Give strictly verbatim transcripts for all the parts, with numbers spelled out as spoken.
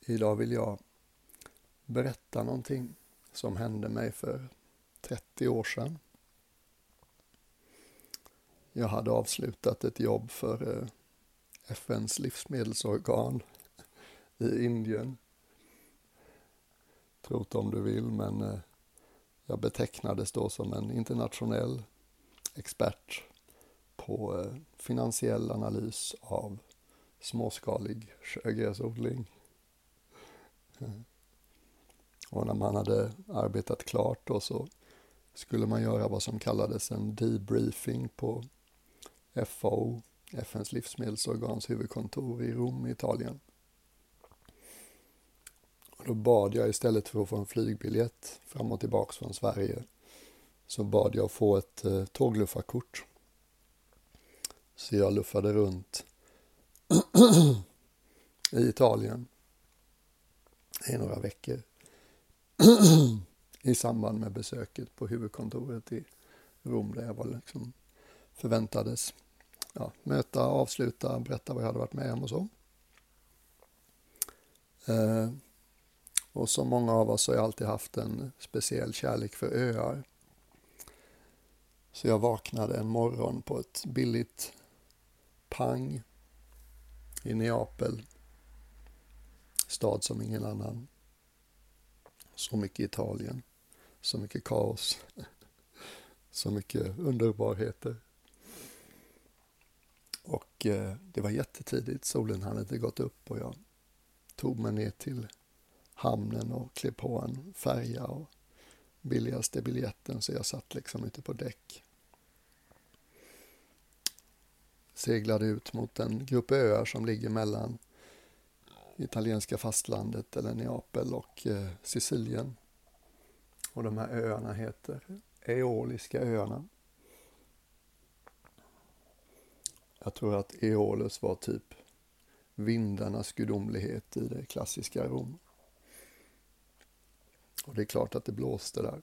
Idag vill jag berätta någonting som hände mig för trettio år sedan. Jag hade avslutat ett jobb för F N:s livsmedelsorgan i Indien. Tro det om du vill, men jag betecknades då som en internationell expert på finansiell analys av småskalig sjögräsodling. Och när man hade arbetat klart då så skulle man göra vad som kallades en debriefing på F A O, F N:s livsmedelsorgans huvudkontor i Rom i Italien. Och då bad jag, istället för att få en flygbiljett fram och tillbaka från Sverige, så bad jag få ett eh, tågluffarkort. Så jag luffade runt i Italien i några veckor i samband med besöket på huvudkontoret i Rom, där jag var liksom förväntades ja, möta, avsluta, berätta vad jag hade varit med om och så. Eh, och som många av oss har jag alltid haft en speciell kärlek för öar. Så jag vaknade en morgon på ett billigt pang i Neapel, stad som ingen annan. Så mycket Italien, så mycket kaos, så mycket underbarheter. Och eh, det var jättetidigt, solen hade inte gått upp och jag tog mig ner till hamnen och klev på en färja och billigaste biljetten, så jag satt liksom ute på däck. Seglade ut mot en grupp öar som ligger mellan italienska fastlandet eller Neapel och eh, Sicilien. Och de här öarna heter Eoliska öarna. Jag tror att Eolus var typ vindarnas gudomlighet i det klassiska Rom. Och det är klart att det blåste där.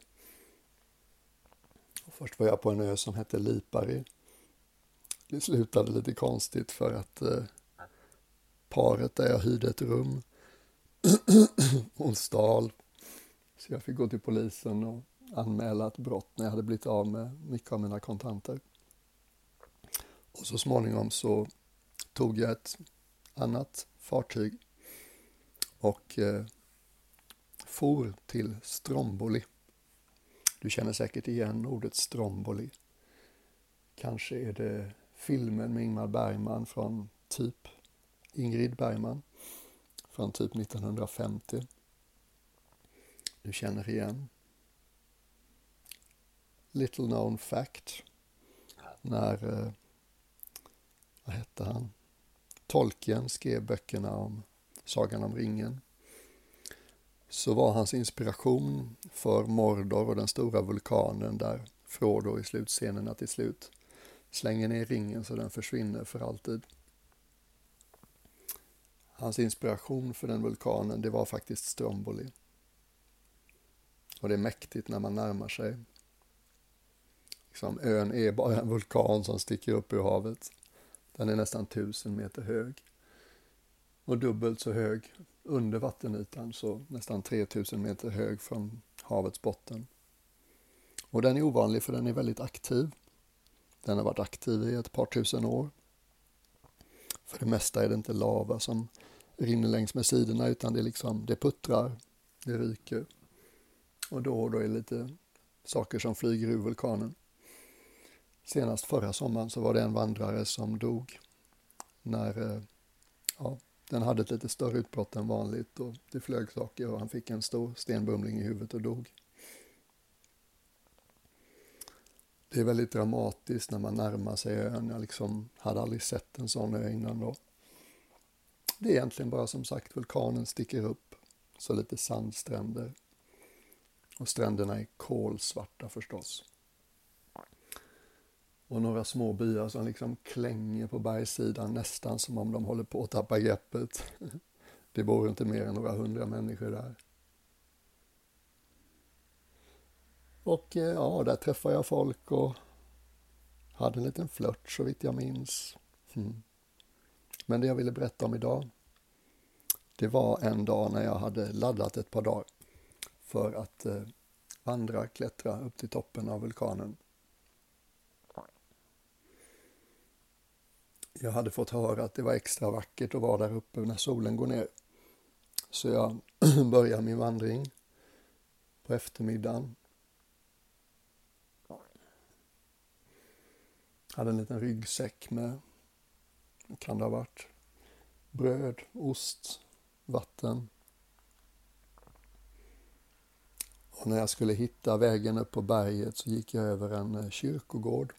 Och först var jag på en ö som hette Lipari. Det slutade lite konstigt för att eh, paret där jag hyrde ett rum hon stal. Så jag fick gå till polisen och anmäla ett brott när jag hade blivit av med mycket av mina kontanter. Och så småningom så tog jag ett annat fartyg och eh, for till Stromboli. Du känner säkert igen ordet Stromboli. Kanske är det filmen med Ingmar Bergman från typ Ingrid Bergman från typ nittonhundrafemtio. Du känner igen. Little known fact. När, eh, vad hette han? Tolkien skrev böckerna om Sagan om ringen. Så var hans inspiration för Mordor och den stora vulkanen där Frodo i slutscenerna till slut slänger ner ringen så den försvinner för alltid. Hans inspiration för den vulkanen, det var faktiskt Stromboli. Och det är mäktigt när man närmar sig. Liksom, ön är bara en vulkan som sticker upp ur havet. Den är nästan tusen meter hög. Och dubbelt så hög under vattenytan, så nästan tre tusen meter hög från havets botten. Och den är ovanlig för den är väldigt aktiv. Den har varit aktiv i ett par tusen år. För det mesta är det inte lava som rinner längs med sidorna, utan det är liksom, det puttrar, det ryker. Och då och då är det lite saker som flyger ur vulkanen. Senast förra sommaren så var det en vandrare som dog när ja, den hade ett lite större utbrott än vanligt och det flög saker och han fick en stor stenbumling i huvudet och dog. Det är väldigt dramatiskt när man närmar sig ön. Jag liksom hade aldrig sett en sån ö innan då. Det är egentligen bara som sagt vulkanen sticker upp, så lite sandstränder. Och stränderna är kolsvarta förstås. Och några små byar som liksom klänger på bergssidan nästan som om de håller på att tappa greppet. Det bor inte mer än några hundra människor där. Och ja, där träffade jag folk och hade en liten flört så vitt jag minns. Mm. Men det jag ville berätta om idag, det var en dag när jag hade laddat ett par dagar för att eh, vandra, klättra upp till toppen av vulkanen. Jag hade fått höra att det var extra vackert att vara där uppe när solen går ner. Så jag började min vandring på eftermiddagen. Jag hade en liten ryggsäck med, vad kan det ha varit, bröd, ost, vatten. Och när jag skulle hitta vägen upp på berget så gick jag över en kyrkogård.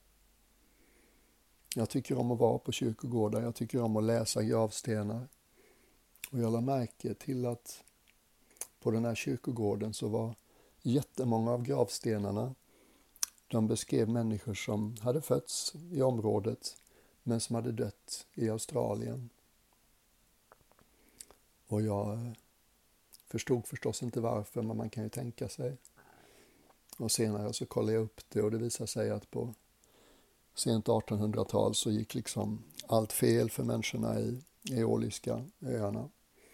Jag tycker om att vara på kyrkogårdar, jag tycker om att läsa gravstenar. Och jag lade märke till att på den här kyrkogården så var jättemånga av gravstenarna, de beskrev människor som hade fötts i området men som hade dött i Australien. Och jag förstod förstås inte varför, men man kan ju tänka sig. Och senare så kollade jag upp det och det visade sig att på sent artonhundratal så gick liksom allt fel för människorna i Eoliska öarna.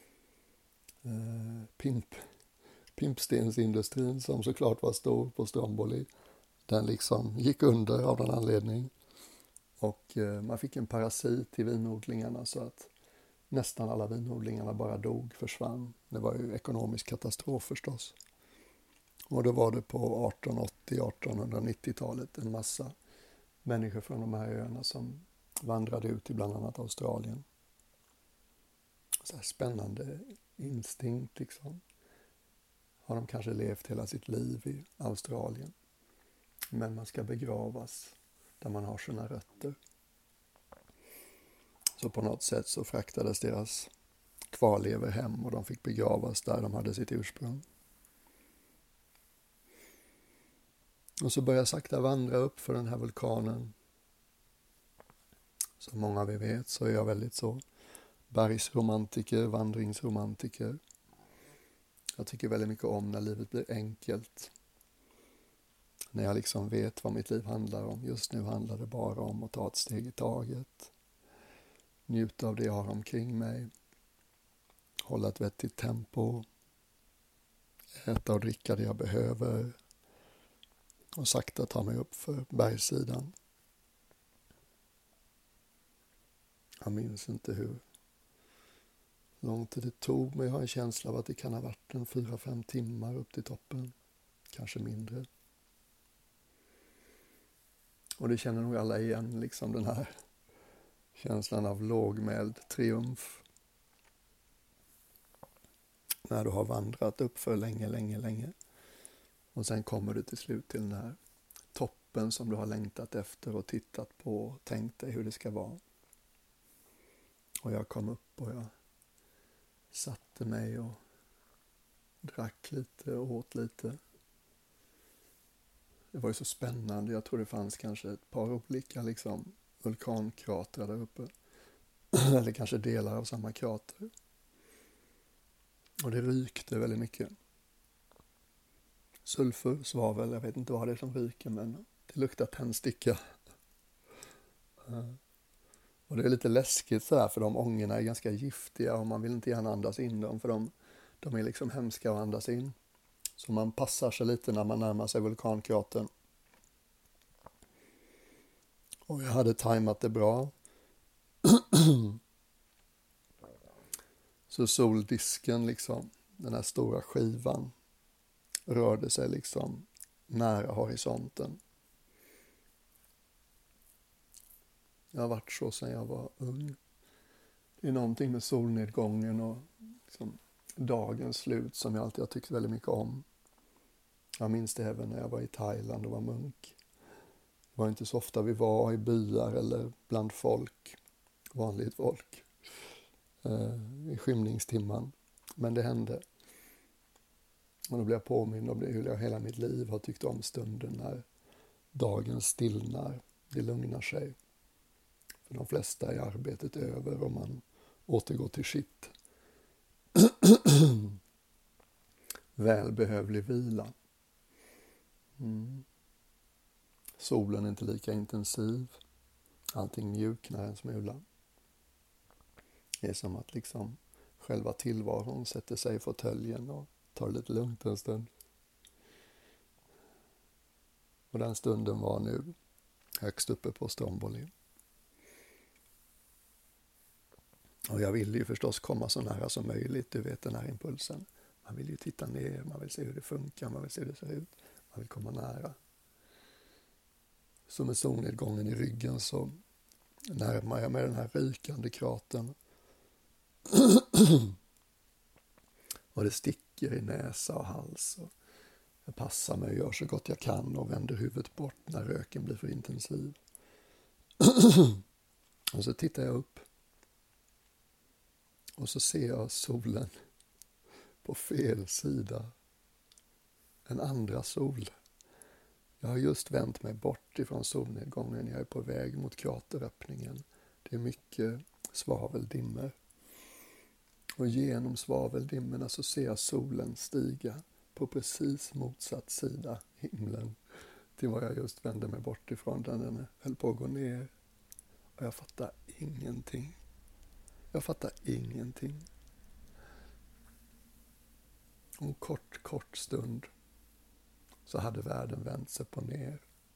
Eh, pimp, pimpstensindustrin som såklart var stor på Stromboli, den liksom gick under av någon anledning. Och eh, man fick en parasit i vinodlingarna så att nästan alla vinodlingarna bara dog, försvann. Det var ju ekonomisk katastrof förstås. Och då var det på artonhundraåttio artonhundranittio-talet en massa människor från de här öarna som vandrade ut i bland annat Australien. Så här spännande instinkt liksom. Har de kanske levt hela sitt liv i Australien. Men man ska begravas där man har sina rötter. Så på något sätt så fraktades deras kvarlever hem och de fick begravas där de hade sitt ursprung. Och så började jag sakta vandra upp för den här vulkanen. Som många av er vet så är jag väldigt så bergsromantiker, vandringsromantiker. Jag tycker väldigt mycket om när livet blir enkelt. När jag liksom vet vad mitt liv handlar om. Just nu handlar det bara om att ta ett steg i taget. Njuta av det jag har omkring mig. Hålla ett vettigt tempo. Äta och dricka det jag behöver. Och sakta ta mig upp för bergssidan. Jag minns inte hur lång tid det tog, men jag har en känsla av att det kan ha varit en fyra, fem timmar upp till toppen. Kanske mindre. Och det känner nog alla igen, liksom den här känslan av lågmäld triumf. När du har vandrat upp för länge, länge, länge. Och sen kommer du till slut till den här toppen som du har längtat efter och tittat på och tänkt dig hur det ska vara. Och jag kom upp och jag satte mig och drack lite och åt lite. Det var ju så spännande. Jag tror det fanns kanske ett par olika liksom, vulkankratrar där uppe. Eller kanske delar av samma krater. Och det rykte väldigt mycket. Sulfur, svavel, jag vet inte vad det är som ryker, men det luktar tändsticka. Och det är lite läskigt så här, för de ångorna är ganska giftiga och man vill inte gärna andas in dem, för de, de är liksom hemska att andas in. Så man passar sig lite när man närmar sig vulkankratern. Och jag hade tajmat det bra. Så soldisken, liksom, den här stora skivan, rörde sig liksom nära horisonten. Jag har varit så sedan jag var ung. Det är någonting med solnedgången och liksom dagens slut som jag alltid har tyckt väldigt mycket om. Jag minns det även när jag var i Thailand och var munk. Det var inte så ofta vi var i byar eller bland folk, vanligt folk, eh, i skymningstimman. Men det hände. Och då blev jag påmind om det, hur jag hela mitt liv har tyckt om stunden när dagen stillnar, det lugnar sig. För de flesta är arbetet över och man återgår till sitt. Välbehövlig vila. Mm. Solen är inte lika intensiv. Allting mjuknar en smula. Det är som att liksom själva tillvaron, sätter sig i fåtöljen och tar det lite lugnt en stund. Och den stunden var nu högst uppe på Stromboli. Och jag ville ju förstås komma så nära som möjligt, du vet den här impulsen. Man vill ju titta ner, man vill se hur det funkar, man vill se hur det ser ut, man vill komma nära. Så med solnedgången i ryggen så närmar jag mig den här rykande kratern. Och det sticker i näsa och hals. Och jag passar mig och gör så gott jag kan och vänder huvudet bort när röken blir för intensiv. Och så tittar jag upp. Och så ser jag solen på fel sida. En andra sol. Jag har just vänt mig bort ifrån solnedgången. Jag är på väg mot krateröppningen. Det är mycket svaveldimmer. Och genom svaveldimmorna så ser jag solen stiga på precis motsatt sida himlen till vad jag just vände mig bort ifrån. Den höll på att gå ner. Och jag fattar ingenting. Jag fattar ingenting. Och en kort, kort stund så hade världen vänt sig på ner.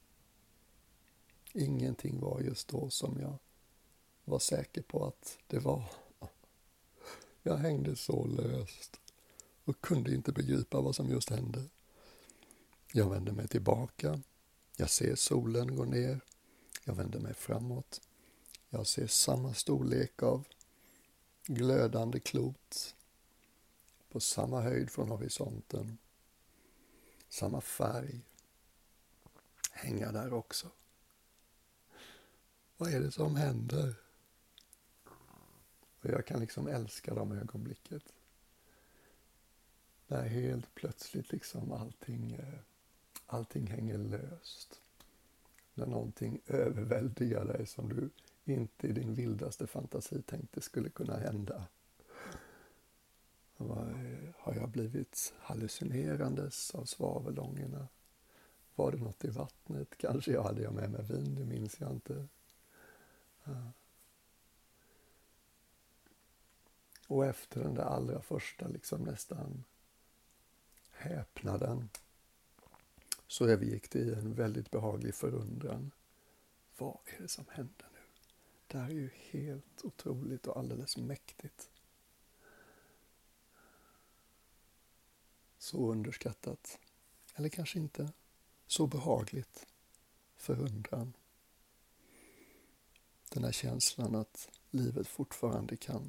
Ingenting var just då som jag var säker på att det var. Jag hängde så löst och kunde inte begripa vad som just hände. Jag vände mig tillbaka. Jag ser solen gå ner. Jag vänder mig framåt. Jag ser samma storlek av glödande klot på samma höjd från horisonten. Samma färg hänga där också. Vad är det som händer? Och jag kan liksom älska de ögonblicket. Där helt plötsligt liksom allting, allting hänger löst. När någonting överväldigar dig som du inte i din vildaste fantasi tänkte skulle kunna hända. Har jag blivit hallucinerandes av svavelångorna? Var det något i vattnet? Kanske jag hade jag med mig vin, det minns jag inte. Ja. Och efter den där allra första liksom nästan häpnaden så övergick det i en väldigt behaglig förundran. Vad är det som händer nu? Det här är ju helt otroligt och alldeles mäktigt. Så underskattat. Eller kanske inte. Så behagligt. Förundran. Den här känslan att livet fortfarande kan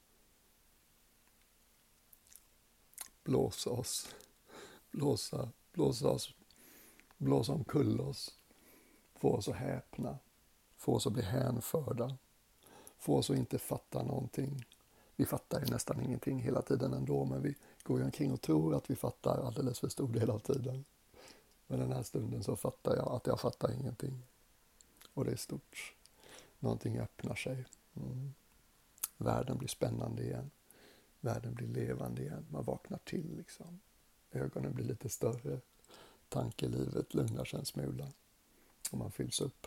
blåsa oss. Blåsa, blåsa oss. Blåsa omkull oss. Få oss att häpna. Få oss att bli hänförda. Få oss att inte fatta någonting. Vi fattar ju nästan ingenting hela tiden ändå, men vi går ju omkring och tror att vi fattar alldeles för stor del av tiden. Men den här stunden så fattar jag att jag fattar ingenting. Och det är stort. Någonting öppnar sig. Mm. Världen blir spännande igen. Världen blir levande igen. Man vaknar till liksom. Ögonen blir lite större. Tankelivet lugnar sig en smula. Och man fylls upp.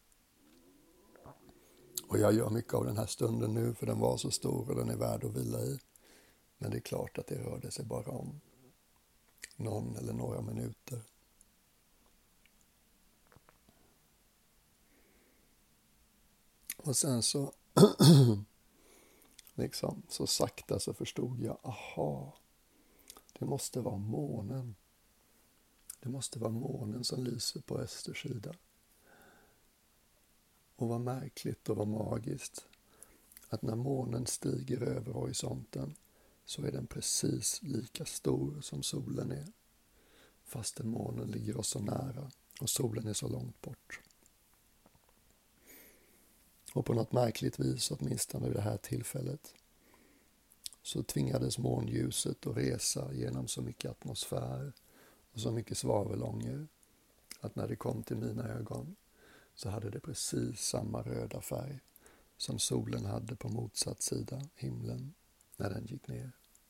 Och jag gör mycket av den här stunden nu för den var så stor och den är värd att vila i. Men det är klart att det rörde sig bara om någon eller några minuter. Och sen så liksom så sakta så förstod jag, aha, det måste vara månen. Det måste vara månen som lyser på östersida. Och vad märkligt och vad magiskt att när månen stiger över horisonten så är den precis lika stor som solen är. Fastän månen ligger oss så nära och solen är så långt bort. Och på något märkligt vis, åtminstone vid det här tillfället, så tvingades månljuset att resa genom så mycket atmosfär och så mycket svavelångor att när det kom till mina ögon så hade det precis samma röda färg som solen hade på motsatt sida himlen när den gick ner.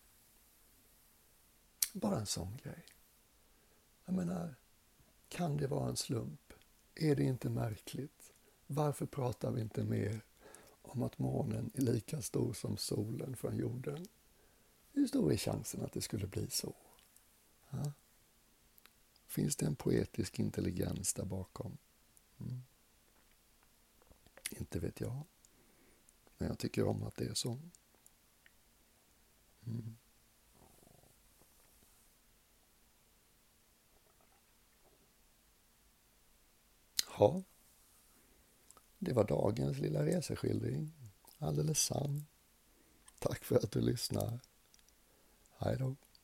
Bara en sån grej. Jag menar, kan det vara en slump? Är det inte märkligt? Varför pratar vi inte mer om att månen är lika stor som solen från jorden? hur stor är chansen att det skulle bli så? Ja. Finns det en poetisk intelligens där bakom? Mm. Inte vet jag. Men jag tycker om att det är så. Mm. Ja, det var dagens lilla reseskildring. Alldeles sann. Tack för att du lyssnar. Hej då.